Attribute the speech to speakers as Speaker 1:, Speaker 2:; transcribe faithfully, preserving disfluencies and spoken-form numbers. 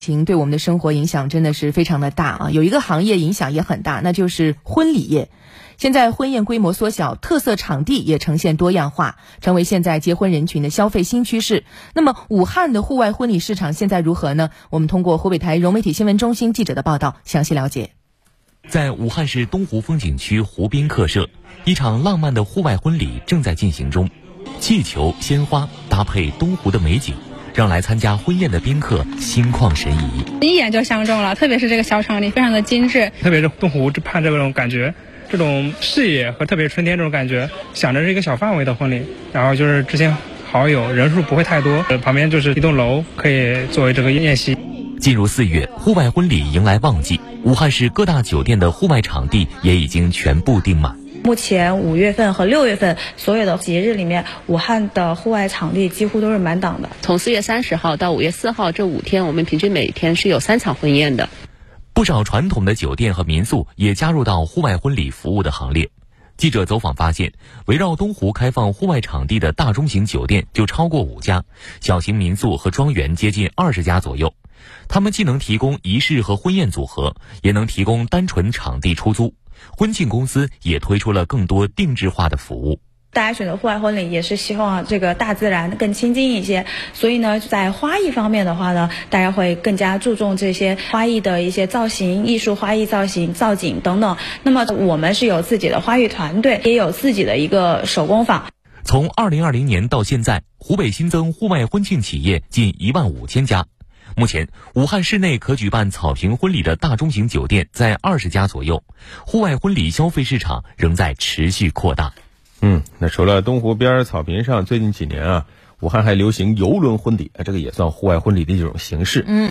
Speaker 1: 情对我们的生活影响真的是非常的大啊！有一个行业影响也很大，那就是婚礼业。现在婚宴规模缩小，特色场地也呈现多样化，成为现在结婚人群的消费新趋势。那么武汉的户外婚礼市场现在如何呢？我们通过湖北台融媒体新闻中心记者的报道详细了解。
Speaker 2: 在武汉市东湖风景区湖滨客舍，一场浪漫的户外婚礼正在进行中，气球、鲜花搭配东湖的美景，让来参加婚宴的宾客心旷神怡，
Speaker 3: 一眼就相中了。特别是这个小场地非常的精致，
Speaker 4: 特别是东湖畔这种感觉，这种视野和特别春天这种感觉，想着是一个小范围的婚礼，然后就是之前好友，人数不会太多，呃，旁边就是一栋楼，可以作为这个宴席。
Speaker 2: 进入四月，户外婚礼迎来旺季，武汉市各大酒店的户外场地也已经全部订满。
Speaker 5: 目前五月份和六月份所有的节日里面，武汉的户外场地几乎都是满档的。
Speaker 6: 从四月三十号到五月四号这五天，我们平均每天是有三场婚宴的。
Speaker 2: 不少传统的酒店和民宿也加入到户外婚礼服务的行列。记者走访发现，围绕东湖开放户外场地的大中型酒店就超过五家，小型民宿和庄园接近二十家左右。他们既能提供仪式和婚宴组合，也能提供单纯场地出租。婚庆公司也推出了更多定制化的服务。
Speaker 5: 大家选择户外婚礼也是希望这个大自然更亲近一些，所以呢，在花艺方面的话呢，大家会更加注重这些花艺的一些造型、艺术花艺造型、造景等等。那么我们是有自己的花艺团队，也有自己的一个手工坊。
Speaker 2: 从二零二零年到现在，湖北新增户外婚庆企业近一万五千家。目前，武汉市内可举办草坪婚礼的大中型酒店在二十家左右，户外婚礼消费市场仍在持续扩大。
Speaker 7: 嗯，那除了东湖边草坪上，最近几年啊，武汉还流行游轮婚礼，这个也算户外婚礼的一种形式。
Speaker 1: 嗯。